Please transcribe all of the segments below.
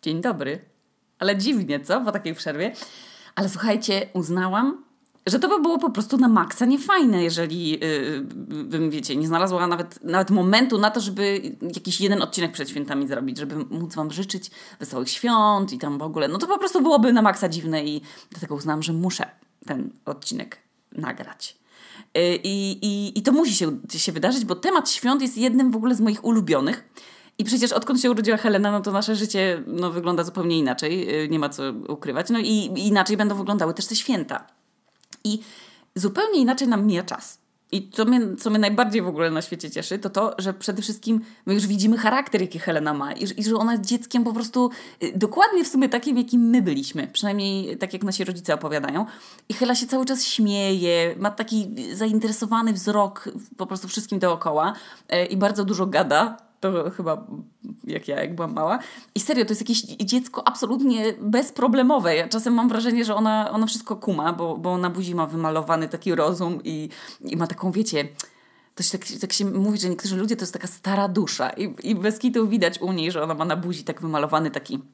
Dzień dobry. Ale dziwnie, co? Po takiej przerwie. Ale słuchajcie, uznałam, że to by było po prostu na maksa niefajne, jeżeli bym, wiecie, nie znalazła nawet momentu na to, żeby jakiś jeden odcinek przed świętami zrobić, żeby móc wam życzyć wesołych świąt i tam w ogóle. No to po prostu byłoby na maksa dziwne i dlatego uznałam, że muszę ten odcinek nagrać. I to musi się wydarzyć, bo temat świąt jest jednym w ogóle z moich ulubionych. I przecież odkąd się urodziła Helena, no to nasze życie wygląda zupełnie inaczej. Nie ma co ukrywać. No i inaczej będą wyglądały też te święta. I zupełnie inaczej nam mija czas. I co mnie najbardziej w ogóle na świecie cieszy, to, że przede wszystkim my już widzimy charakter, jaki Helena ma i że ona jest dzieckiem po prostu dokładnie w sumie takim, jakim my byliśmy. Przynajmniej tak, jak nasi rodzice opowiadają. I Hela się cały czas śmieje, ma taki zainteresowany wzrok po prostu wszystkim dookoła i bardzo dużo gada. To chyba jak byłam mała. I serio, to jest jakieś dziecko absolutnie bezproblemowe. Ja czasem mam wrażenie, że ona wszystko kuma, bo na buzi ma wymalowany taki rozum i ma taką, wiecie... To się tak się mówi, że niektórzy ludzie to jest taka stara dusza. I bez kitu widać u niej, że ona ma na buzi tak wymalowany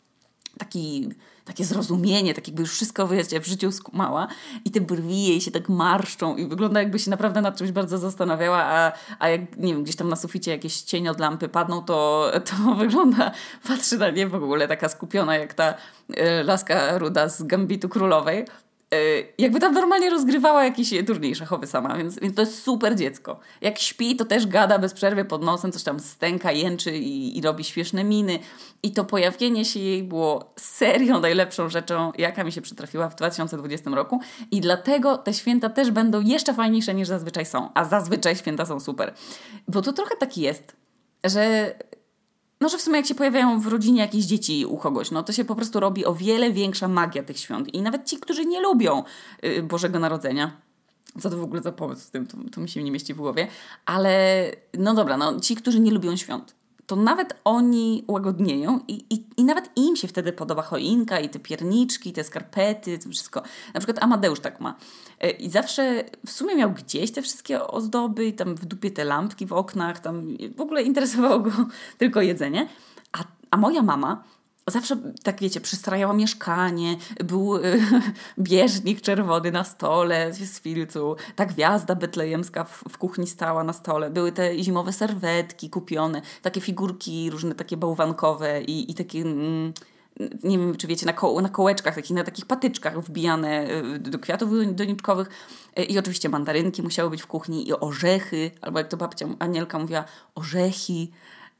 takie zrozumienie, tak jakby już wszystko, wiecie, w życiu skumała i te brwi jej się tak marszczą i wygląda, jakby się naprawdę nad czymś bardzo zastanawiała, a jak, nie wiem, gdzieś tam na suficie jakieś cienie od lampy padną, to wygląda, patrzy na nie w ogóle taka skupiona jak ta laska ruda z Gambitu Królowej. Jakby tam normalnie rozgrywała jakiś turniej szachowy sama, więc to jest super dziecko. Jak śpi, to też gada bez przerwy pod nosem, coś tam stęka, jęczy i robi śmieszne miny. I to pojawienie się jej było serio najlepszą rzeczą, jaka mi się przytrafiła w 2020 roku. I dlatego te święta też będą jeszcze fajniejsze niż zazwyczaj są. A zazwyczaj święta są super. Bo to trochę tak jest, że w sumie jak się pojawiają w rodzinie jakieś dzieci u kogoś, no to się po prostu robi o wiele większa magia tych świąt. I nawet ci, którzy nie lubią Bożego Narodzenia, co to w ogóle za pomysł z tym, to mi się nie mieści w głowie, ale no dobra, ci, którzy nie lubią świąt, to nawet oni łagodnieją i nawet im się wtedy podoba choinka i te pierniczki, te skarpety, to wszystko. Na przykład Amadeusz tak ma. I zawsze w sumie miał gdzieś te wszystkie ozdoby i tam w dupie te lampki w oknach, tam w ogóle interesowało go tylko jedzenie. A moja mama zawsze, tak wiecie, przystrajała mieszkanie, był bieżnik czerwony na stole z filcu, ta gwiazda betlejemska w kuchni stała na stole, były te zimowe serwetki kupione, takie figurki różne takie bałwankowe i takie... nie wiem, czy wiecie, na kołeczkach, na takich patyczkach wbijane do kwiatów doniczkowych. I oczywiście mandarynki musiały być w kuchni i orzechy, albo jak to babcia Anielka mówiła, orzechy.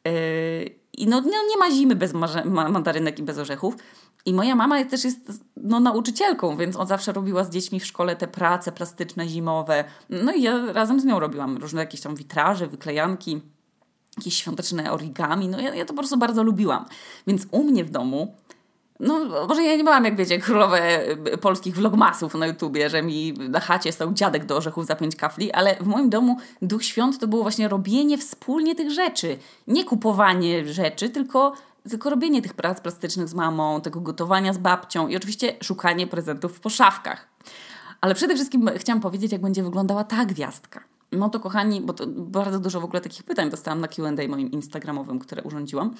I nie ma zimy bez mandarynek i bez orzechów. I moja mama też jest nauczycielką, więc ona zawsze robiła z dziećmi w szkole te prace plastyczne zimowe. No i ja razem z nią robiłam różne jakieś tam witraże, wyklejanki, jakieś świąteczne origami. Ja to po prostu bardzo lubiłam. Więc u mnie w domu, może ja nie byłam, jak wiecie, królowę polskich vlogmasów na YouTubie, że mi na chacie stał dziadek do orzechów za 5 kafli, ale w moim domu duch świąt to było właśnie robienie wspólnie tych rzeczy. Nie kupowanie rzeczy, tylko robienie tych prac plastycznych z mamą, tego gotowania z babcią i oczywiście szukanie prezentów po szafkach. Ale przede wszystkim chciałam powiedzieć, jak będzie wyglądała ta gwiazdka. No to kochani, bo to bardzo dużo w ogóle takich pytań dostałam na Q&A moim instagramowym, które urządziłam.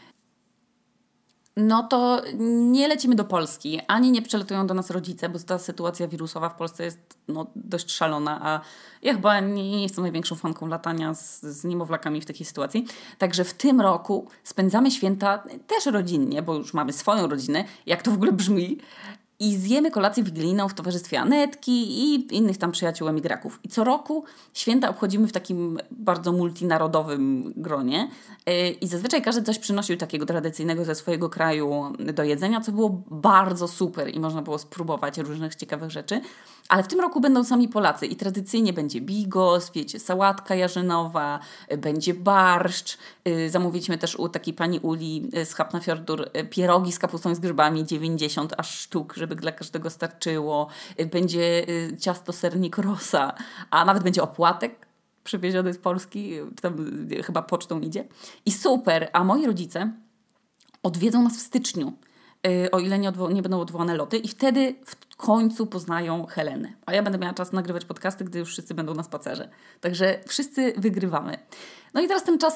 No to nie lecimy do Polski, ani nie przelatują do nas rodzice, bo ta sytuacja wirusowa w Polsce jest dość szalona, a ja chyba nie jestem największą fanką latania z niemowlakami w takiej sytuacji. Także w tym roku spędzamy święta też rodzinnie, bo już mamy swoją rodzinę, jak to w ogóle brzmi, i zjemy kolację wigilijną w towarzystwie Anetki i innych tam przyjaciół emigraków. I co roku święta obchodzimy w takim bardzo multinarodowym gronie i zazwyczaj każdy coś przynosił takiego tradycyjnego ze swojego kraju do jedzenia, co było bardzo super i można było spróbować różnych ciekawych rzeczy. Ale w tym roku będą sami Polacy i tradycyjnie będzie bigos, wiecie, sałatka jarzynowa, będzie barszcz. Zamówiliśmy też u takiej pani Uli z Hafnarfjordur pierogi z kapustą i z grzybami, 90 aż sztuk, żeby dla każdego starczyło. Będzie ciasto sernik rosa, a nawet będzie opłatek przywieziony z Polski, tam chyba pocztą idzie. I super, a moi rodzice odwiedzą nas w styczniu, o ile nie będą odwołane loty i wtedy w końcu poznają Helenę. A ja będę miała czas nagrywać podcasty, gdy już wszyscy będą na spacerze. Także wszyscy wygrywamy. No i teraz ten czas jest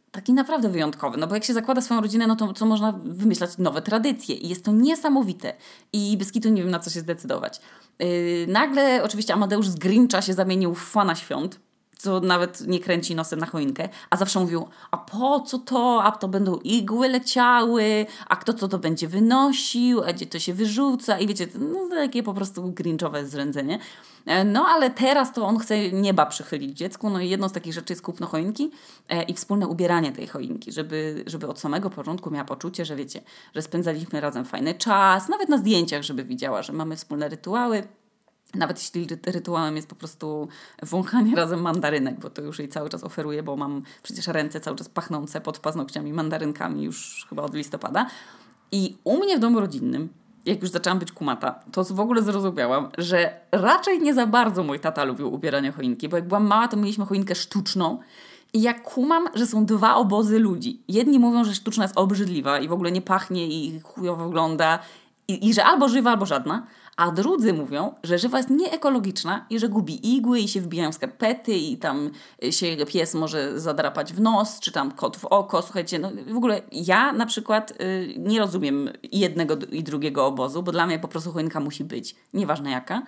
taki naprawdę wyjątkowy, no bo jak się zakłada swoją rodzinę, no to co można wymyślać nowe tradycje i jest to niesamowite i bez kitu nie wiem na co się zdecydować. Nagle oczywiście Amadeusz z Grincha się zamienił w fana świąt, co nawet nie kręci nosem na choinkę, a zawsze mówił, a po co to, a to będą igły leciały, a kto to będzie wynosił, a gdzie to się wyrzuca i wiecie, no takie po prostu grinchowe zrędzenie. No ale teraz to on chce nieba przychylić dziecku, no i jedną z takich rzeczy jest kupno choinki i wspólne ubieranie tej choinki, żeby od samego początku miała poczucie, że wiecie, że spędzaliśmy razem fajny czas, nawet na zdjęciach, żeby widziała, że mamy wspólne rytuały. Nawet jeśli rytuałem jest po prostu wąchanie razem mandarynek, bo to już jej cały czas oferuję, bo mam przecież ręce cały czas pachnące pod paznokciami mandarynkami już chyba od listopada. I u mnie w domu rodzinnym, jak już zaczęłam być kumata, to w ogóle zrozumiałam, że raczej nie za bardzo mój tata lubił ubieranie choinki, bo jak byłam mała, to mieliśmy choinkę sztuczną i ja kumam, że są dwa obozy ludzi. Jedni mówią, że sztuczna jest obrzydliwa i w ogóle nie pachnie i chujowo wygląda i że albo żywa, albo żadna, a drudzy mówią, że żywa jest nieekologiczna i że gubi igły i się wbijają w skarpety i tam się pies może zadrapać w nos, czy tam kot w oko. Słuchajcie, no w ogóle ja na przykład nie rozumiem jednego i drugiego obozu, bo dla mnie po prostu choinka musi być, nieważne jaka.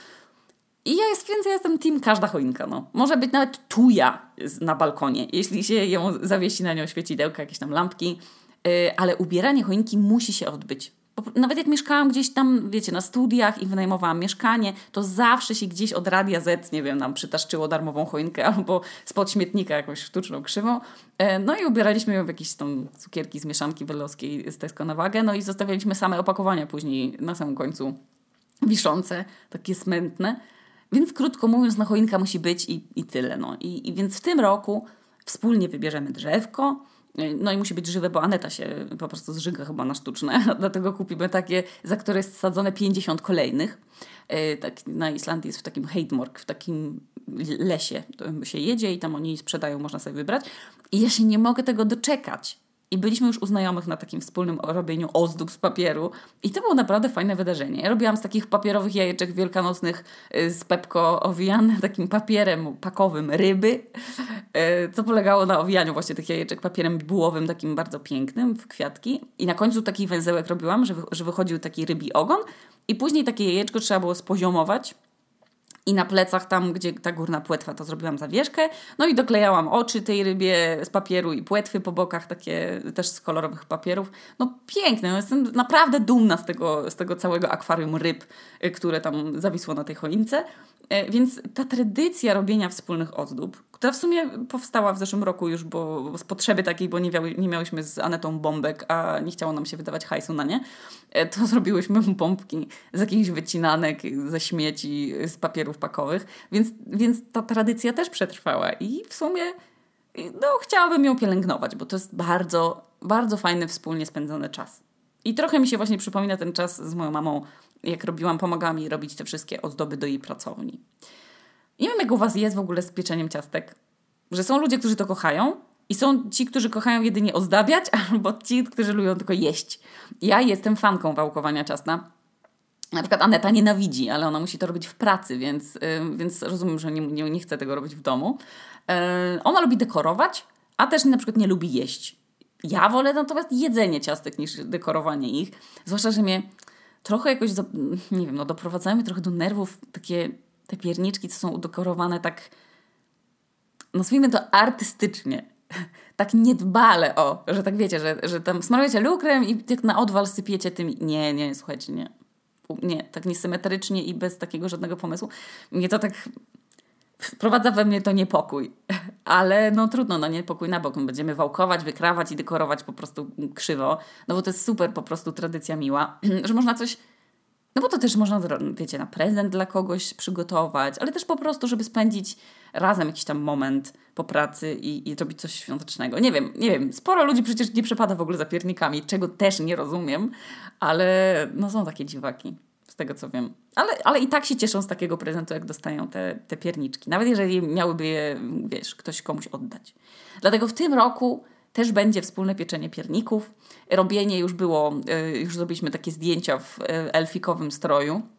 Więc ja jestem team każda choinka, no. Może być nawet tuja na balkonie, jeśli się ją zawiesi na nią świecidełka, jakieś tam lampki, ale ubieranie choinki musi się odbyć. Nawet jak mieszkałam gdzieś tam, wiecie, na studiach i wynajmowałam mieszkanie, to zawsze się gdzieś od Radia Z, nie wiem, nam przytaszczyło darmową choinkę albo spod śmietnika jakąś sztuczną krzywą. No i ubieraliśmy ją w jakieś tam cukierki z mieszanki welowskiej z Tesco na wagę, no i zostawialiśmy same opakowania później na samym końcu wiszące, takie smętne. Więc krótko mówiąc, no choinka musi być i tyle. No. I więc w tym roku wspólnie wybierzemy drzewko. No i musi być żywe, bo Aneta się po prostu zżyga chyba na sztuczne. Dlatego kupimy takie, za które jest sadzone 50 kolejnych. Tak, na Islandii jest w takim Heidmork, w takim lesie. To się jedzie i tam oni sprzedają, można sobie wybrać. I ja się nie mogę tego doczekać. I byliśmy już u znajomych na takim wspólnym robieniu ozdób z papieru i to było naprawdę fajne wydarzenie. Ja robiłam z takich papierowych jajeczek wielkanocnych z Pepko owijane takim papierem pakowym ryby, co polegało na owijaniu właśnie tych jajeczek papierem bułowym, takim bardzo pięknym w kwiatki. I na końcu taki węzełek robiłam, że wychodził taki rybi ogon i później takie jajeczko trzeba było spoziomować. I na plecach, tam gdzie ta górna płetwa, to zrobiłam zawieszkę. No i doklejałam oczy tej rybie z papieru i płetwy po bokach, takie też z kolorowych papierów. No piękne, no jestem naprawdę dumna z tego całego akwarium ryb, które tam zawisło na tej choince. Więc ta tradycja robienia wspólnych ozdób, która w sumie powstała w zeszłym roku już, bo z potrzeby takiej, bo nie miałyśmy z Anetą bombek, a nie chciało nam się wydawać hajsu na nie, to zrobiłyśmy bombki z jakichś wycinanek, ze śmieci, z papierów pakowych, więc ta tradycja też przetrwała i w sumie no, chciałabym ją pielęgnować, bo to jest bardzo, bardzo fajny wspólnie spędzony czas. I trochę mi się właśnie przypomina ten czas z moją mamą, jak pomagałam jej robić te wszystkie ozdoby do jej pracowni. Nie wiem, jak u was jest w ogóle z pieczeniem ciastek, że są ludzie, którzy to kochają i są ci, którzy kochają jedynie ozdabiać, albo ci, którzy lubią tylko jeść. Ja jestem fanką wałkowania ciasta. Na przykład Aneta nienawidzi, ale ona musi to robić w pracy, więc rozumiem, że nie chce tego robić w domu. Ona lubi dekorować, a też na przykład nie lubi jeść. Ja wolę natomiast jedzenie ciastek niż dekorowanie ich. Zwłaszcza, że mnie trochę jakoś, nie wiem, no doprowadzają mnie trochę do nerwów te pierniczki, co są udekorowane tak, nazwijmy to artystycznie. Tak niedbale, że tak wiecie, że tam smarujecie lukrem i tak na odwal sypiecie tym. Nie, słuchajcie, nie. Nie, tak niesymetrycznie i bez takiego żadnego pomysłu. Mnie to tak wprowadza we mnie to niepokój. Ale no trudno, no niepokój na bok. Będziemy wałkować, wykrawać i dekorować po prostu krzywo. No bo to jest super po prostu tradycja miła, że można coś... No bo to też można, wiecie, na prezent dla kogoś przygotować, ale też po prostu, żeby spędzić razem jakiś tam moment po pracy i robić coś świątecznego. Nie wiem, sporo ludzi przecież nie przepada w ogóle za piernikami, czego też nie rozumiem, ale no są takie dziwaki, z tego co wiem. Ale i tak się cieszą z takiego prezentu, jak dostają te pierniczki. Nawet jeżeli miałyby je, wiesz, ktoś komuś oddać. Dlatego w tym roku też będzie wspólne pieczenie pierników. Robienie już było, już zrobiliśmy takie zdjęcia w elfikowym stroju.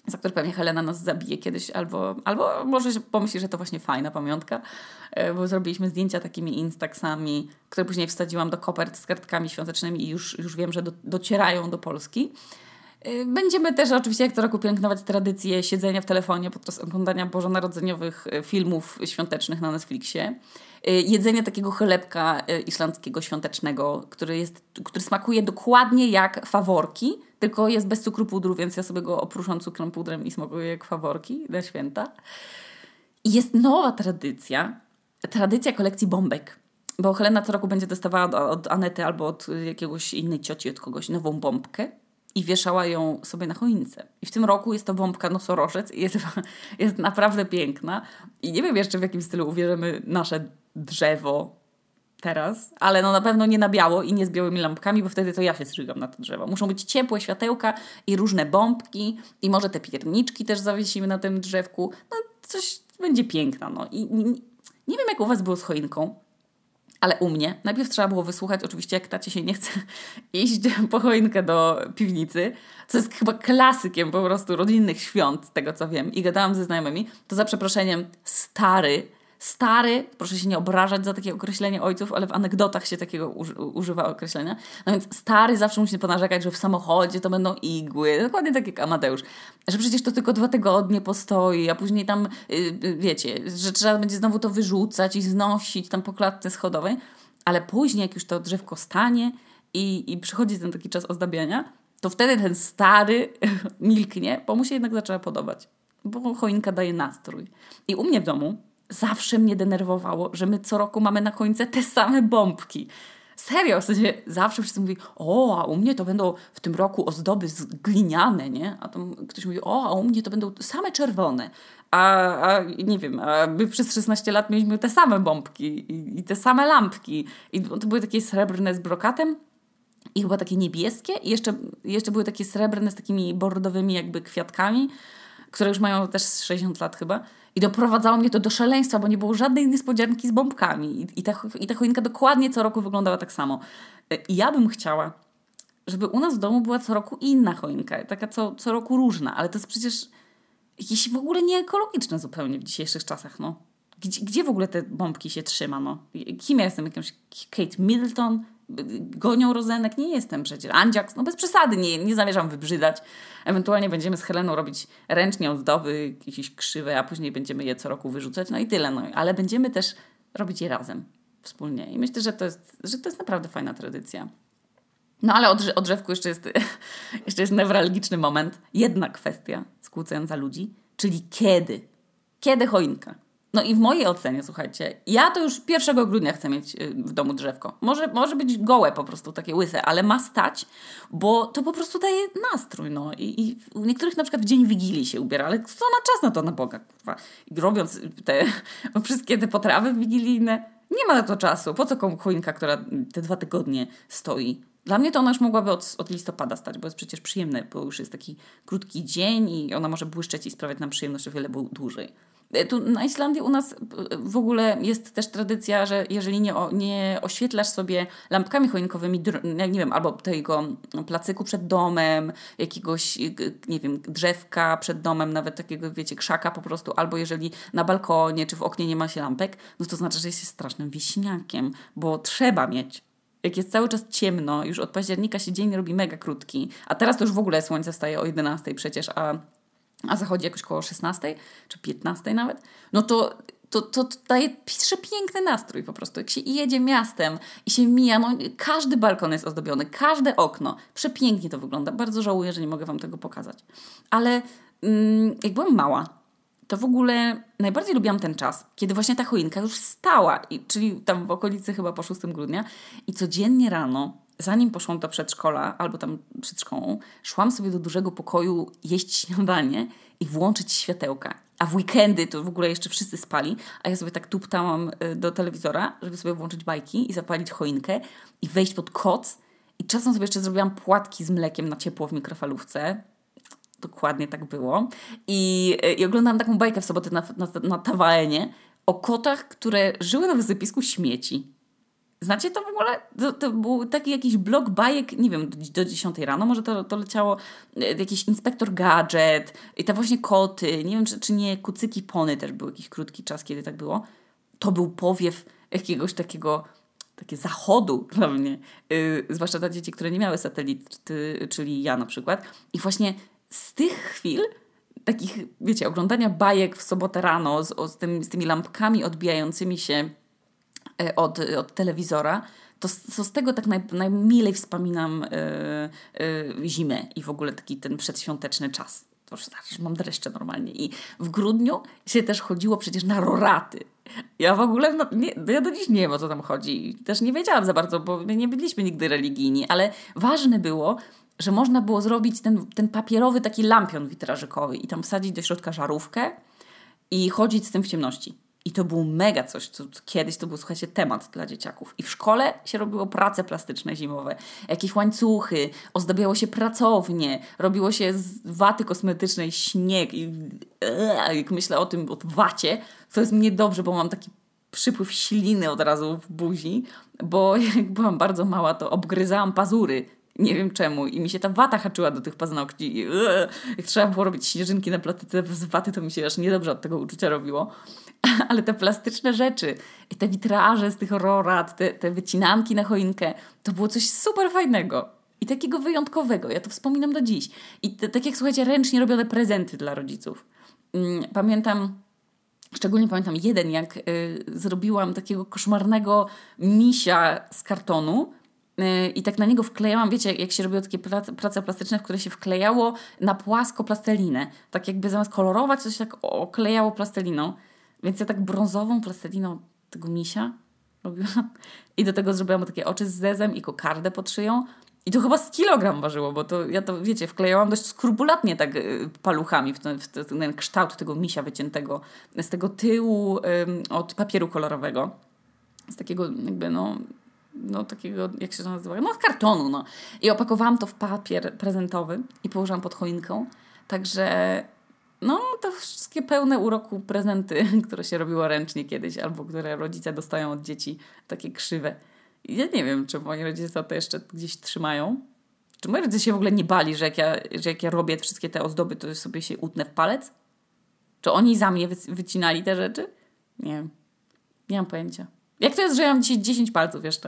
za który pewnie Helena nas zabije kiedyś, albo może pomyśli, że to właśnie fajna pamiątka, bo zrobiliśmy zdjęcia takimi instaxami, które później wsadziłam do kopert z kartkami świątecznymi i już wiem, że docierają do Polski. Będziemy też oczywiście jak co roku pielęgnować tradycję siedzenia w telefonie podczas oglądania bożonarodzeniowych filmów świątecznych na Netflixie. Jedzenie takiego chlebka islandzkiego świątecznego, który smakuje dokładnie jak faworki, tylko jest bez cukru pudru, więc ja sobie go opruszam cukrem pudrem i smakuje jak faworki na święta. I jest nowa tradycja kolekcji bombek. Bo Helena co roku będzie dostawała od Anety albo od jakiegoś innej cioci, od kogoś nową bombkę i wieszała ją sobie na choince. I w tym roku jest to bombka nosorożec i jest naprawdę piękna. I nie wiem jeszcze w jakim stylu ubierzemy nasze drzewo teraz, ale no na pewno nie na biało i nie z białymi lampkami, bo wtedy to ja się zżygam na to drzewo. Muszą być ciepłe światełka i różne bombki i może te pierniczki też zawiesimy na tym drzewku. No coś będzie piękna, no. I nie wiem jak u was było z choinką, ale u mnie najpierw trzeba było wysłuchać, oczywiście jak tacie się nie chce iść po choinkę do piwnicy, co jest chyba klasykiem po prostu rodzinnych świąt, z tego co wiem. I gadałam ze znajomymi, to za przeproszeniem stary, proszę się nie obrażać za takie określenie ojców, ale w anegdotach się takiego używa określenia. No więc stary zawsze musi ponarzekać, że w samochodzie to będą igły. Dokładnie tak jak Amadeusz. Że przecież to tylko 2 tygodnie postoi, a później tam, wiecie, że trzeba będzie znowu to wyrzucać i znosić tam po klatce schodowej. Ale później, jak już to drzewko stanie i przychodzi ten taki czas ozdabiania, to wtedy ten stary milknie, bo mu się jednak zaczęła podobać. Bo choinka daje nastrój. I u mnie w domu zawsze mnie denerwowało, że my co roku mamy na choince te same bombki. Serio, w sensie zawsze wszyscy mówi, a u mnie to będą w tym roku ozdoby gliniane, nie? A to ktoś mówi, a u mnie to będą same czerwone. A nie wiem, a my przez 16 lat mieliśmy te same bombki i te same lampki. I to były takie srebrne z brokatem i chyba takie niebieskie i jeszcze były takie srebrne z takimi bordowymi jakby kwiatkami, które już mają też 60 lat chyba. I doprowadzało mnie to do szaleństwa, bo nie było żadnej niespodzianki z bombkami. I ta choinka dokładnie co roku wyglądała tak samo. I ja bym chciała, żeby u nas w domu była co roku inna choinka. Taka co roku różna. Ale to jest przecież jakieś w ogóle nieekologiczne zupełnie w dzisiejszych czasach, no. Gdzie w ogóle te bombki się trzyma, no? Kim ja jestem? Jakąś Kate Middleton? Gonią Rozenek? Nie jestem przecież. Andziaks? No bez przesady, nie zamierzam wybrzydać. Ewentualnie będziemy z Heleną robić ręcznie ozdoby, jakieś krzywe, a później będziemy je co roku wyrzucać. No i tyle, no. Ale będziemy też robić je razem, wspólnie. I myślę, że to jest naprawdę fajna tradycja. No ale o drzewku jeszcze jest newralgiczny moment. Jedna kwestia skłócająca ludzi, czyli kiedy? Kiedy choinka? No i w mojej ocenie, słuchajcie, ja to już 1 grudnia chcę mieć w domu drzewko. Może być gołe po prostu, takie łyse, ale ma stać, bo to po prostu daje nastrój, no. I u niektórych na przykład w dzień Wigilii się ubiera, ale kto ma czas na to, na Boga, kurwa. I robiąc wszystkie te potrawy wigilijne, nie ma na to czasu. Po co komu choinka, która te 2 tygodnie stoi? Dla mnie to ona już mogłaby od listopada stać, bo jest przecież przyjemne, bo już jest taki krótki dzień i ona może błyszczeć i sprawiać nam przyjemność o wiele dłużej. Tu na Islandii u nas w ogóle jest też tradycja, że jeżeli nie oświetlasz sobie lampkami choinkowymi, nie wiem, albo tego placyku przed domem, jakiegoś, nie wiem, drzewka przed domem, nawet takiego, wiecie, krzaka po prostu, albo jeżeli na balkonie czy w oknie nie ma się lampek, no to znaczy, że jesteś strasznym wieśniakiem, bo trzeba mieć. Jak jest cały czas ciemno, już od października się dzień robi mega krótki, a teraz to już w ogóle słońce wstaje o 11 przecież, a zachodzi jakoś koło 16 czy 15 nawet, no to daje przepiękny nastrój po prostu. Jak się jedzie miastem i się mija, no każdy balkon jest ozdobiony, każde okno. Przepięknie to wygląda. Bardzo żałuję, że nie mogę wam tego pokazać. Ale jak byłam mała, to w ogóle najbardziej lubiłam ten czas, kiedy właśnie ta choinka już stała, czyli tam w okolicy chyba po 6 grudnia i codziennie rano, zanim poszłam do przedszkola albo tam przed szkołą, szłam sobie do dużego pokoju jeść śniadanie i włączyć światełka. A w weekendy to w ogóle jeszcze wszyscy spali, a ja sobie tak tuptałam do telewizora, żeby sobie włączyć bajki i zapalić choinkę i wejść pod koc. I czasem sobie jeszcze zrobiłam płatki z mlekiem na ciepło w mikrofalówce. Dokładnie tak było. I oglądałam taką bajkę w sobotę na TVN-ie o kotach, które żyły na wysypisku śmieci. Znacie to w ogóle? To był taki jakiś blok bajek, nie wiem, do 10 rano może to leciało, jakiś Inspektor Gadżet i te właśnie koty, nie wiem czy nie Kucyki Pony też był jakiś krótki czas, kiedy tak było. To był powiew jakiegoś takie zachodu dla mnie, zwłaszcza dla dzieci, które nie miały satelit, czyli ja na przykład. I właśnie z tych chwil takich, wiecie, oglądania bajek w sobotę rano z tymi lampkami odbijającymi się od telewizora, to z tego tak najmilej wspominam zimę i w ogóle taki ten przedświąteczny czas. To już mam dreszcze normalnie. I w grudniu się też chodziło przecież na roraty. Ja w ogóle, ja do dziś nie wiem, o co tam chodzi. Też nie wiedziałam za bardzo, bo my nie byliśmy nigdy religijni, ale ważne było, że można było zrobić ten papierowy taki lampion witrażykowy i tam wsadzić do środka żarówkę i chodzić z tym w ciemności. I to był mega coś, co kiedyś to był, słuchajcie, temat dla dzieciaków. I w szkole się robiło prace plastyczne zimowe, jakieś łańcuchy, ozdabiało się pracownie, robiło się z waty kosmetycznej śnieg. I jak myślę o tym, o wacie, to jest mnie dobrze, bo mam taki przypływ śliny od razu w buzi, bo jak byłam bardzo mała, to obgryzałam pazury. Nie wiem czemu. I mi się ta wata haczyła do tych paznokci. I jak trzeba było robić śnieżynki na platyce z waty, to mi się aż niedobrze od tego uczucia robiło. Ale te plastyczne rzeczy, te witraże z tych rorat, te wycinanki na choinkę, to było coś super fajnego i takiego wyjątkowego. Ja to wspominam do dziś. I tak jak, słuchajcie, ręcznie robione prezenty dla rodziców. Szczególnie pamiętam jeden, jak zrobiłam takiego koszmarnego misia z kartonu i tak na niego wklejałam, wiecie, jak się robiło takie prace plastyczne, w które się wklejało na płasko plastelinę. Tak jakby zamiast kolorować, to się tak oklejało plasteliną. Więc ja tak brązową plasteliną tego misia robiłam i do tego zrobiłam mu takie oczy z zezem i kokardę pod szyją. I to chyba z kilogram ważyło, bo ja to, wiecie, wklejałam dość skrupulatnie tak paluchami w ten kształt tego misia wyciętego z tego tyłu od papieru kolorowego. Z takiego jakby, takiego, jak się to nazywa? Z kartonu, no. I opakowałam to w papier prezentowy i położyłam pod choinką. Także to wszystkie pełne uroku prezenty, które się robiło ręcznie kiedyś, albo które rodzice dostają od dzieci, takie krzywe. Ja nie wiem, czy moi rodzice to jeszcze gdzieś trzymają. Czy moi rodzice się w ogóle nie bali, że jak ja robię wszystkie te ozdoby, to sobie się utnę w palec? Czy oni za mnie wycinali te rzeczy? Nie wiem. Nie mam pojęcia. Jak to jest, że ja mam dzisiaj 10 palców jeszcze?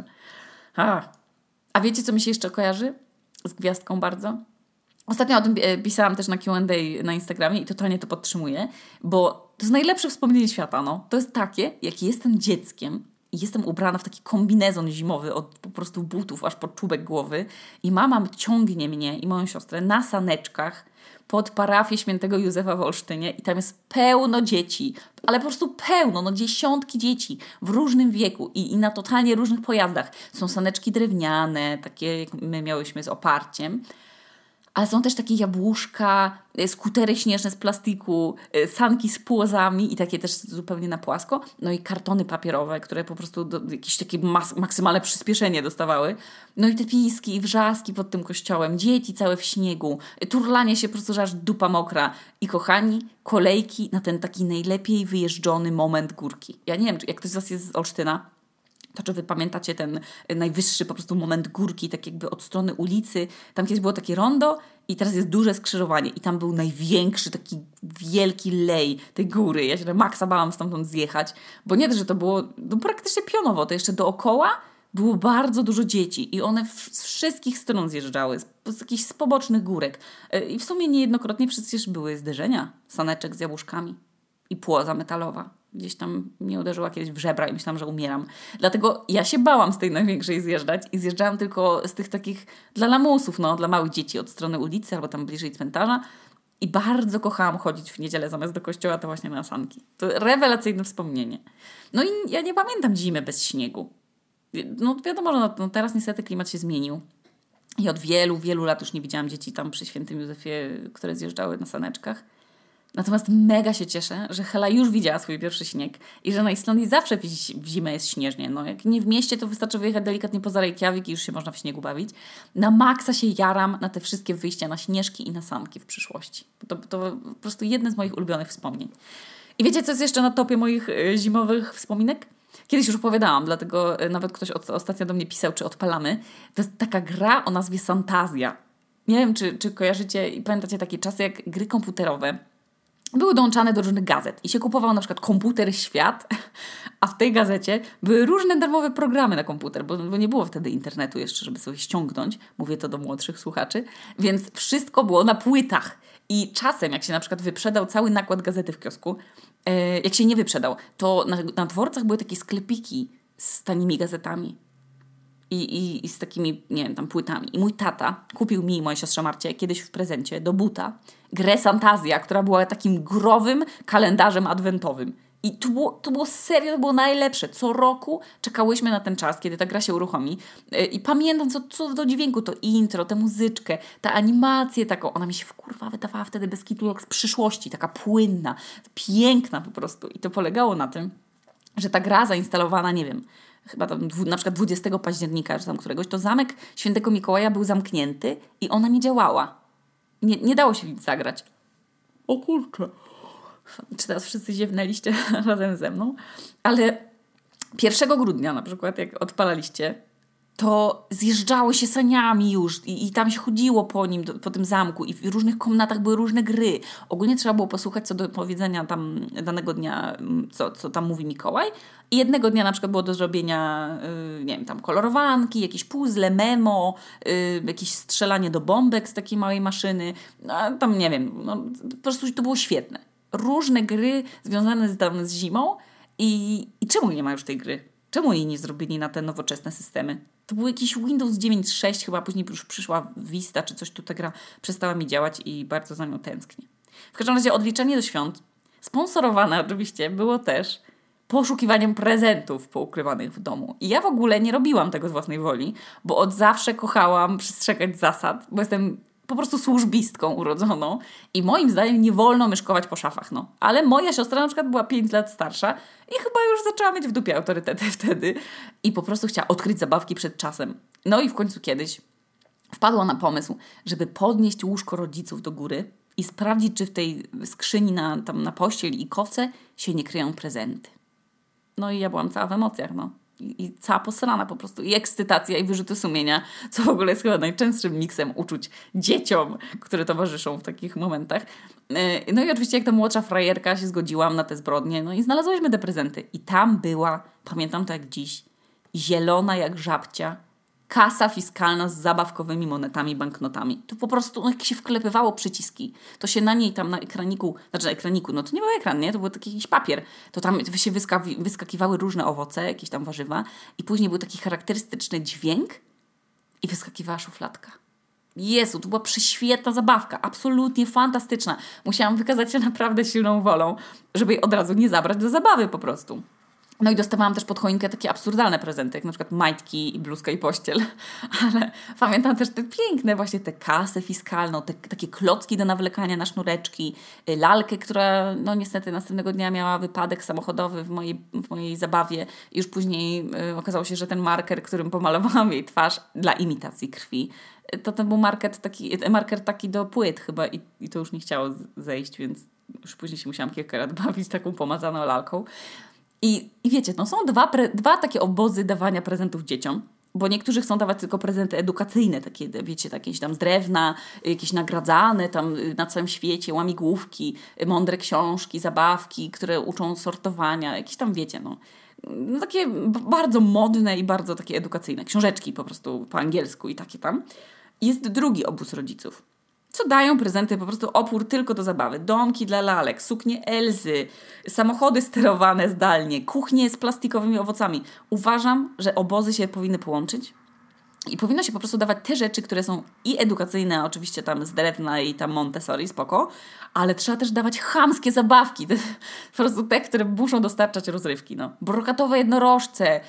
A wiecie, co mi się jeszcze kojarzy? Z gwiazdką bardzo? Ostatnio o tym pisałam też na Q&A na Instagramie i totalnie to podtrzymuję, bo to jest najlepsze wspomnienie świata. To jest takie, jak jestem dzieckiem i jestem ubrana w taki kombinezon zimowy od po prostu butów aż po czubek głowy i mama ciągnie mnie i moją siostrę na saneczkach pod parafię Świętego Józefa w Olsztynie i tam jest pełno dzieci, ale po prostu pełno, dziesiątki dzieci w różnym wieku i na totalnie różnych pojazdach. Są saneczki drewniane, takie jak my miałyśmy z oparciem, ale są też takie jabłuszka, skutery śnieżne z plastiku, sanki z płozami i takie też zupełnie na płasko. I kartony papierowe, które po prostu jakieś takie maksymalne przyspieszenie dostawały. I te piski i wrzaski pod tym kościołem, dzieci całe w śniegu, turlanie się po prostu, że aż dupa mokra. I kochani, kolejki na ten taki najlepiej wyjeżdżony moment górki. Ja nie wiem, jak ktoś z was jest z Olsztyna, to czy wy pamiętacie ten najwyższy po prostu moment górki, tak jakby od strony ulicy. Tam kiedyś było takie rondo i teraz jest duże skrzyżowanie i tam był największy taki wielki lej tej góry. Ja się na maksa bałam stamtąd zjechać, bo nie, że to było praktycznie pionowo, to jeszcze dookoła było bardzo dużo dzieci i one z wszystkich stron zjeżdżały, z jakichś pobocznych górek. I w sumie niejednokrotnie przecież były zderzenia saneczek z jabłuszkami i płoza metalowa. Gdzieś tam mnie uderzyła kiedyś w żebra i myślałam, że umieram. Dlatego ja się bałam z tej największej zjeżdżać i zjeżdżałam tylko z tych takich dla lamusów, dla małych dzieci od strony ulicy albo tam bliżej cmentarza. I bardzo kochałam chodzić w niedzielę zamiast do kościoła, to właśnie na sanki. To rewelacyjne wspomnienie. I ja nie pamiętam zimy bez śniegu. Wiadomo, że teraz niestety klimat się zmienił. I od wielu, wielu lat już nie widziałam dzieci tam przy Świętym Józefie, które zjeżdżały na saneczkach. Natomiast mega się cieszę, że Hela już widziała swój pierwszy śnieg i że na Islandii zawsze w zimę jest śnieżnie. Jak nie w mieście, to wystarczy wyjechać delikatnie poza Reykjavik i już się można w śniegu bawić. Na maksa się jaram na te wszystkie wyjścia na śnieżki i na sanki w przyszłości. To po prostu jedne z moich ulubionych wspomnień. I wiecie, co jest jeszcze na topie moich zimowych wspominek? Kiedyś już opowiadałam, dlatego nawet ktoś ostatnio do mnie pisał, czy odpalamy. To jest taka gra o nazwie Fantazja. Nie wiem, czy kojarzycie i pamiętacie takie czasy, jak gry komputerowe były dołączane do różnych gazet i się kupował na przykład komputer Świat, a w tej gazecie były różne darmowe programy na komputer, bo nie było wtedy internetu jeszcze, żeby sobie ściągnąć. Mówię to do młodszych słuchaczy. Więc wszystko było na płytach. I czasem, jak się na przykład wyprzedał cały nakład gazety w kiosku, jak się nie wyprzedał, to na dworcach były takie sklepiki z tanimi gazetami. I z takimi, nie wiem, tam płytami. I mój tata kupił mi i mojej siostrze Marcie kiedyś w prezencie do buta grę Fantazja, która była takim growym kalendarzem adwentowym. I to było serio, to było najlepsze. Co roku czekałyśmy na ten czas, kiedy ta gra się uruchomi. I pamiętam co do dźwięku, to intro, tę muzyczkę, tę animację taką. Ona mi się wydawała wtedy bez kitu jak z przyszłości. Taka płynna, piękna po prostu. I to polegało na tym, że ta gra zainstalowana, nie wiem, chyba tam na przykład 20 października, czy tam któregoś, to zamek Świętego Mikołaja był zamknięty i ona nie działała. Nie dało się w nic zagrać. O kurczę. Czy teraz wszyscy ziewnęliście razem ze mną? Ale 1 grudnia na przykład, jak odpalaliście, to zjeżdżało się saniami już i tam się chodziło po nim, po tym zamku i w różnych komnatach były różne gry. Ogólnie trzeba było posłuchać co do powiedzenia tam danego dnia, co tam mówi Mikołaj. I jednego dnia na przykład było do zrobienia, nie wiem, tam kolorowanki, jakieś puzzle, memo, jakieś strzelanie do bombek z takiej małej maszyny. No, tam nie wiem, no, po prostu to było świetne. Różne gry związane z zimą i czemu nie ma już tej gry? Czemu jej nie zrobili na te nowoczesne systemy? To był jakiś Windows 9.6, chyba później już przyszła Vista, czy coś tu ta gra przestała mi działać i bardzo za nią tęsknię. W każdym razie odliczenie do świąt, sponsorowane oczywiście, było też poszukiwaniem prezentów poukrywanych w domu. I ja w ogóle nie robiłam tego z własnej woli, bo od zawsze kochałam przestrzegać zasad, bo jestem po prostu służbistką urodzoną i moim zdaniem nie wolno myszkować po szafach, no. Ale moja siostra na przykład była 5 lat starsza i chyba już zaczęła mieć w dupie autorytety wtedy i po prostu chciała odkryć zabawki przed czasem. No i w końcu kiedyś wpadła na pomysł, żeby podnieść łóżko rodziców do góry i sprawdzić, czy w tej skrzyni na pościel i koce się nie kryją prezenty. No i ja byłam cała w emocjach, no. I cała posrana po prostu. I ekscytacja, i wyrzuty sumienia, co w ogóle jest chyba najczęstszym miksem uczuć dzieciom, które towarzyszą w takich momentach. No i oczywiście jak ta młodsza frajerka się zgodziłam na te zbrodnie, no i znalazłyśmy te prezenty. I tam była, pamiętam to jak dziś, zielona jak żabcia, kasa fiskalna z zabawkowymi monetami, banknotami. To po prostu jak się wklepywało przyciski, to się na niej tam na ekraniku, no to nie był ekran, nie? To był taki jakiś papier. To tam się wyskakiwały różne owoce, jakieś tam warzywa i później był taki charakterystyczny dźwięk i wyskakiwała szufladka. Jezu, to była prześwietna zabawka, absolutnie fantastyczna. Musiałam wykazać się naprawdę silną wolą, żeby jej od razu nie zabrać do zabawy po prostu. No i dostawałam też pod choinkę takie absurdalne prezenty, jak na przykład majtki i bluzka i pościel. Ale pamiętam też te piękne właśnie tę kasę fiskalną, takie klocki do nawlekania na sznureczki, lalkę, która no niestety następnego dnia miała wypadek samochodowy w mojej zabawie. I już później okazało się, że ten marker, którym pomalowałam jej twarz dla imitacji krwi, to był marker taki do płyt chyba i to już nie chciało zejść, więc już później się musiałam kilka lat bawić taką pomazaną lalką. I wiecie, no są dwa takie obozy dawania prezentów dzieciom, bo niektórzy chcą dawać tylko prezenty edukacyjne, takie, wiecie, jakieś tam z drewna, jakieś nagradzane tam na całym świecie, łamigłówki, mądre książki, zabawki, które uczą sortowania, jakieś tam, wiecie, no takie bardzo modne i bardzo takie edukacyjne. Książeczki po prostu po angielsku i takie tam. Jest drugi obóz rodziców. Co dają prezenty, po prostu opór tylko do zabawy. Domki dla lalek, suknie Elzy, samochody sterowane zdalnie, kuchnie z plastikowymi owocami. Uważam, że obozy się powinny połączyć i powinno się po prostu dawać te rzeczy, które są i edukacyjne, oczywiście tam z drewna i tam Montessori, spoko, ale trzeba też dawać chamskie zabawki, po prostu te, które muszą dostarczać rozrywki, no. Brokatowe jednorożce,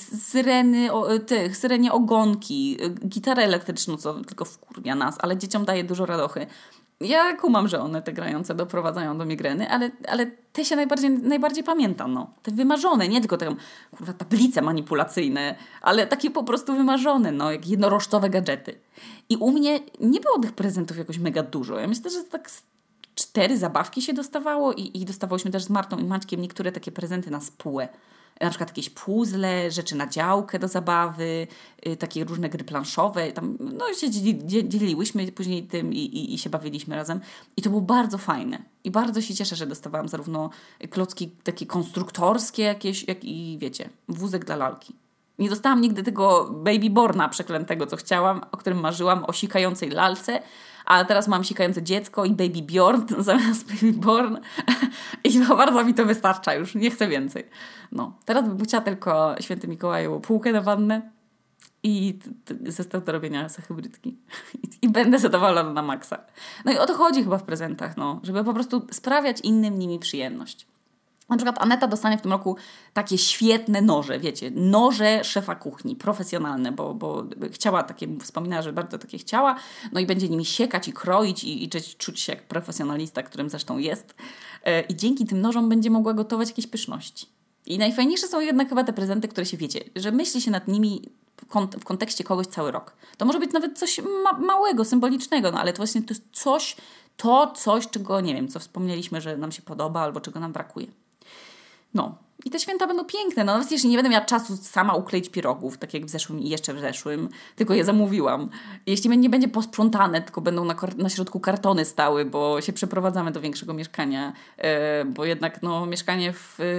syrenie ogonki, gitarę elektryczną, co tylko wkurwia nas, ale dzieciom daje dużo radochy. Ja kumam, że one te grające doprowadzają do migreny, ale te się najbardziej pamiętam, no. Te wymarzone, nie tylko te, tablice manipulacyjne, ale takie po prostu wymarzone, no, jak jednorożcowe gadżety. I u mnie nie było tych prezentów jakoś mega dużo. Ja myślę, że tak 4 zabawki się dostawało i dostawałyśmy też z Martą i Maćkiem niektóre takie prezenty na spółę. na przykład jakieś puzzle, rzeczy na działkę do zabawy, takie różne gry planszowe. Tam, no się dzieliłyśmy później tym i się bawiliśmy razem. I to było bardzo fajne. I bardzo się cieszę, że dostawałam zarówno klocki takie konstruktorskie jakieś, jak i wiecie, wózek dla lalki. Nie dostałam nigdy tego Babyborna przeklętego, co chciałam, o którym marzyłam, o sikającej lalce, a teraz mam sikające dziecko i Baby Bjorn zamiast Babyborn i bardzo mi to wystarcza już, nie chcę więcej. No, teraz bym chciała tylko Święty Mikołaju półkę na wannę i zestaw do robienia hybrydki. I będę zadowolona na maksa. No i o to chodzi chyba w prezentach, no, żeby po prostu sprawiać innym nimi przyjemność. Na przykład Aneta dostanie w tym roku takie świetne noże, wiecie, noże szefa kuchni, profesjonalne, bo chciała takie, wspominała, że bardzo takie chciała, no i będzie nimi siekać i kroić i czuć się jak profesjonalista, którym zresztą jest. I dzięki tym nożom będzie mogła gotować jakieś pyszności. I najfajniejsze są jednak chyba te prezenty, które się wiecie, że myśli się nad nimi w kontekście kogoś cały rok. To może być nawet coś małego, symbolicznego, no ale to właśnie to jest coś, czego nie wiem, co wspomnieliśmy, że nam się podoba albo czego nam brakuje. No. I te święta będą piękne. No nawet jeśli nie będę miała czasu sama ukleić pierogów, tak jak w zeszłym i jeszcze w zeszłym, tylko je zamówiłam. Jeśli nie będzie posprzątane, tylko będą na środku kartony stały, bo się przeprowadzamy do większego mieszkania, bo jednak no, mieszkanie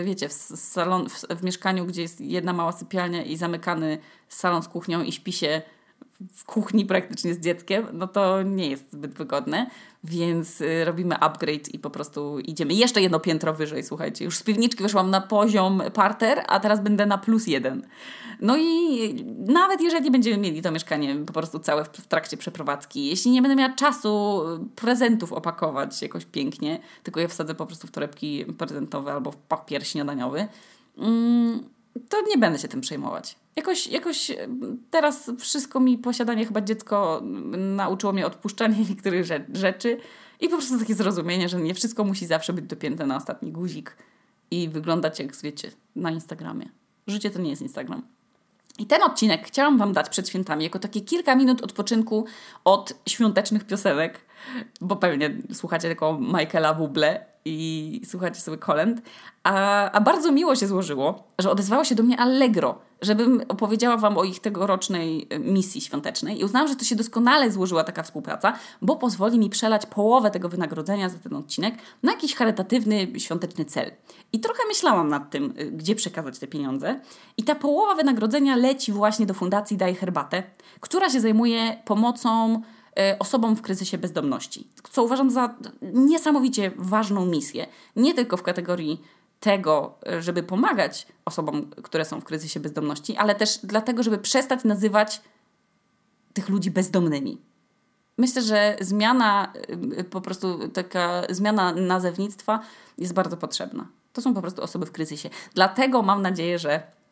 w mieszkaniu, gdzie jest jedna mała sypialnia i zamykany salon z kuchnią i śpi się w kuchni praktycznie z dzieckiem, no to nie jest zbyt wygodne, więc robimy upgrade i po prostu idziemy. Jeszcze jedno piętro wyżej, słuchajcie. Już z piwniczki wyszłam na poziom parter, a teraz będę na +1. No i nawet jeżeli będziemy mieli to mieszkanie po prostu całe w trakcie przeprowadzki, jeśli nie będę miała czasu prezentów opakować jakoś pięknie, tylko je wsadzę po prostu w torebki prezentowe albo w papier śniadaniowy, to nie będę się tym przejmować. Jakoś teraz wszystko mi posiadanie, chyba dziecko nauczyło mnie odpuszczania niektórych rzeczy i po prostu takie zrozumienie, że nie wszystko musi zawsze być dopięte na ostatni guzik i wyglądać jak, wiecie, na Instagramie. Życie to nie jest Instagram. I ten odcinek chciałam Wam dać przed świętami jako takie kilka minut odpoczynku od świątecznych piosenek, bo pewnie słuchacie tylko Michaela Bublé i słuchacie sobie kolęd, a bardzo miło się złożyło, że odezwało się do mnie Allegro, żebym opowiedziała Wam o ich tegorocznej misji świątecznej i uznałam, że to się doskonale złożyła taka współpraca, bo pozwoli mi przelać połowę tego wynagrodzenia za ten odcinek na jakiś charytatywny, świąteczny cel. I trochę myślałam nad tym, gdzie przekazać te pieniądze i ta połowa wynagrodzenia leci właśnie do Fundacji Daj Herbatę, która się zajmuje pomocą osobom w kryzysie bezdomności, co uważam za niesamowicie ważną misję. Nie tylko w kategorii tego, żeby pomagać osobom, które są w kryzysie bezdomności, ale też dlatego, żeby przestać nazywać tych ludzi bezdomnymi. Myślę, że po prostu taka zmiana nazewnictwa jest bardzo potrzebna. To są po prostu osoby w kryzysie. Dlatego mam nadzieję,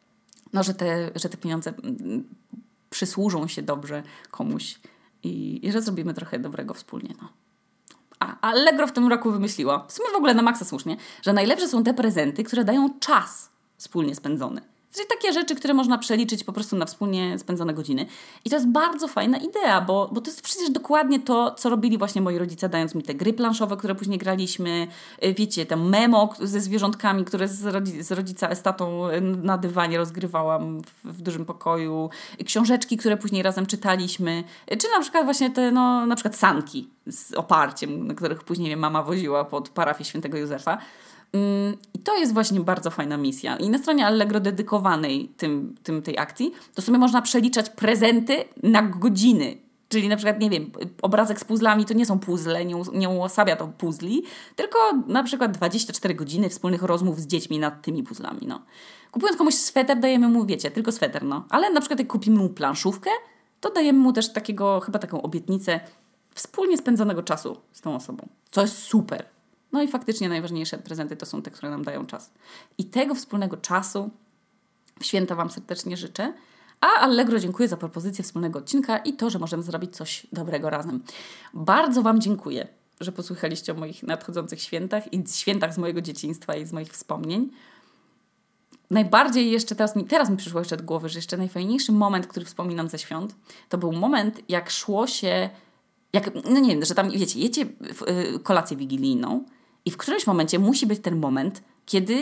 że te pieniądze przysłużą się dobrze komuś i że zrobimy trochę dobrego wspólnie. No. A Allegro w tym roku wymyśliła, w sumie w ogóle na maksa słusznie, że najlepsze są te prezenty, które dają czas wspólnie spędzony. Czyli takie rzeczy, które można przeliczyć po prostu na wspólnie spędzone godziny. I to jest bardzo fajna idea, bo to jest przecież dokładnie to, co robili właśnie moi rodzice, dając mi te gry planszowe, które później graliśmy. Wiecie, te memo ze zwierzątkami, które z rodzica z tatą na dywanie rozgrywałam w dużym pokoju. Książeczki, które później razem czytaliśmy. Czy na przykład właśnie te, no, na przykład sanki z oparciem, na których później mama woziła pod parafię Świętego Józefa. I to jest właśnie bardzo fajna misja. I na stronie Allegro dedykowanej tej akcji to sobie można przeliczać prezenty na godziny. Czyli na przykład, nie wiem, obrazek z puzzlami to nie są puzzle, nie uosabia to puzzli, tylko na przykład 24 godziny wspólnych rozmów z dziećmi nad tymi puzzlami. No. Kupując komuś sweter, dajemy mu, wiecie, tylko sweter. No. Ale na przykład jak kupimy mu planszówkę, to dajemy mu też chyba taką obietnicę wspólnie spędzonego czasu z tą osobą. Co jest super. No i faktycznie najważniejsze prezenty to są te, które nam dają czas. I tego wspólnego czasu w święta Wam serdecznie życzę. A Allegro dziękuję za propozycję wspólnego odcinka i to, że możemy zrobić coś dobrego razem. Bardzo Wam dziękuję, że posłuchaliście o moich nadchodzących świętach i świętach z mojego dzieciństwa i z moich wspomnień. Najbardziej jeszcze teraz mi przyszło jeszcze do głowy, że jeszcze najfajniejszy moment, który wspominam ze świąt, to był moment, jak szło się, no nie wiem, że tam, wiecie, jecie kolację wigilijną i w którymś momencie musi być ten moment, kiedy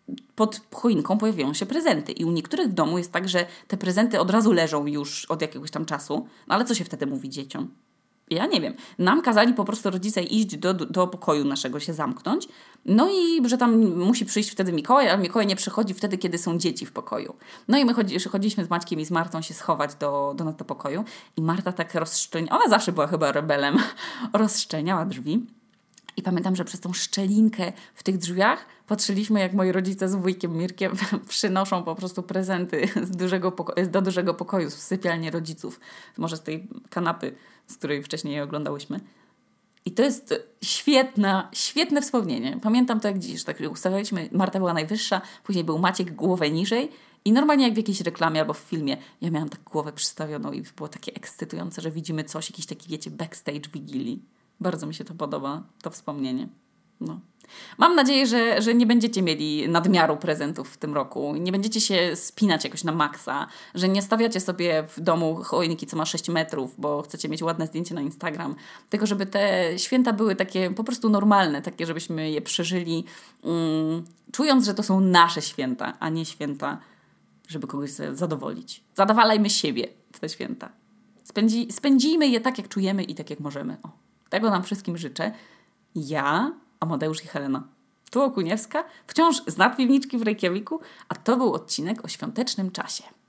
pod choinką pojawiają się prezenty. I u niektórych w domu jest tak, że te prezenty od razu leżą już od jakiegoś tam czasu. No ale co się wtedy mówi dzieciom? Ja nie wiem. Nam kazali po prostu rodzice iść do pokoju naszego, się zamknąć. No i że tam musi przyjść wtedy Mikołaj, a Mikołaj nie przychodzi wtedy, kiedy są dzieci w pokoju. No i my chodziliśmy z Maćkiem i z Martą się schować do pokoju. I Marta tak rozszczelniała, ona zawsze była chyba rebelem, rozszczelniała drzwi. I pamiętam, że przez tą szczelinkę w tych drzwiach patrzyliśmy, jak moi rodzice z wujkiem Mirkiem przynoszą po prostu prezenty do dużego pokoju z sypialni rodziców. Może z tej kanapy, z której wcześniej je oglądałyśmy. I to jest świetne wspomnienie. Pamiętam to jak dziś. Tak ustawialiśmy, Marta była najwyższa, później był Maciek głowę niżej i normalnie jak w jakiejś reklamie albo w filmie ja miałam tak głowę przystawioną i było takie ekscytujące, że widzimy coś, jakiś taki, wiecie, backstage Wigilii. Bardzo mi się to podoba, to wspomnienie. No. Mam nadzieję, że nie będziecie mieli nadmiaru prezentów w tym roku. Nie będziecie się spinać jakoś na maksa. Że nie stawiacie sobie w domu choinki, co ma 6 metrów, bo chcecie mieć ładne zdjęcie na Instagram. Tylko żeby te święta były takie po prostu normalne. Takie, żebyśmy je przeżyli czując, że to są nasze święta, a nie święta, żeby kogoś zadowolić. Zadowalajmy siebie w te święta. Spędzijmy je tak, jak czujemy i tak, jak możemy. O. Tego nam wszystkim życzę. Ja, Amadeusz i Helena. Tu Okuniewska, wciąż z nadpiwniczki w Reykjaviku, a to był odcinek o świątecznym czasie.